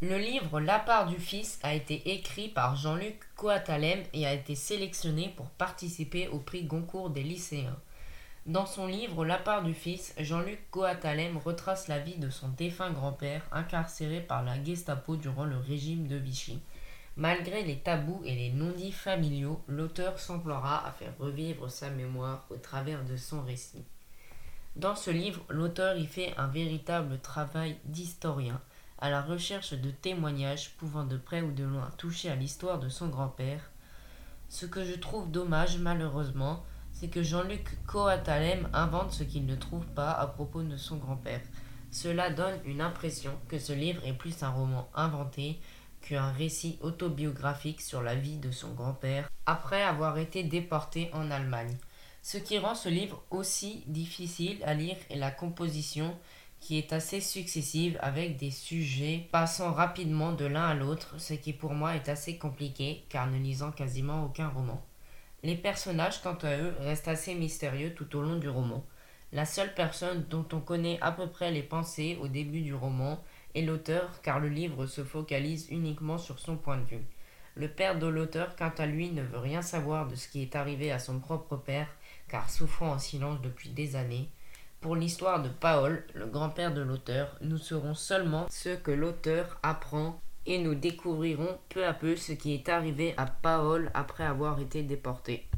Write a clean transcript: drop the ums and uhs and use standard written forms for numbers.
Le livre La part du fils a été écrit par Jean-Luc Coatalem et a été sélectionné pour participer au prix Goncourt des lycéens. Dans son livre La part du fils, Jean-Luc Coatalem retrace la vie de son défunt grand-père incarcéré par la Gestapo durant le régime de Vichy. Malgré les tabous et les non-dits familiaux, l'auteur s'emploiera à faire revivre sa mémoire au travers de son récit. Dans ce livre, l'auteur y fait un véritable travail d'historien, à la recherche de témoignages pouvant de près ou de loin toucher à l'histoire de son grand-père. Ce que je trouve dommage, malheureusement, c'est que Jean-Luc Coatalem invente ce qu'il ne trouve pas à propos de son grand-père. Cela donne une impression que ce livre est plus un roman inventé qu'un récit autobiographique sur la vie de son grand-père après avoir été déporté en Allemagne. Ce qui rend ce livre aussi difficile à lire est la composition qui est assez successive avec des sujets passant rapidement de l'un à l'autre, ce qui pour moi est assez compliqué car ne lisant quasiment aucun roman. Les personnages, quant à eux, restent assez mystérieux tout au long du roman. La seule personne dont on connaît à peu près les pensées au début du roman est l'auteur, car le livre se focalise uniquement sur son point de vue. Le père de l'auteur, quant à lui, ne veut rien savoir de ce qui est arrivé à son propre père, car souffrant en silence depuis des années. Pour l'histoire de Paul, le grand-père de l'auteur, nous saurons seulement ce que l'auteur apprend et nous découvrirons peu à peu ce qui est arrivé à Paul après avoir été déporté.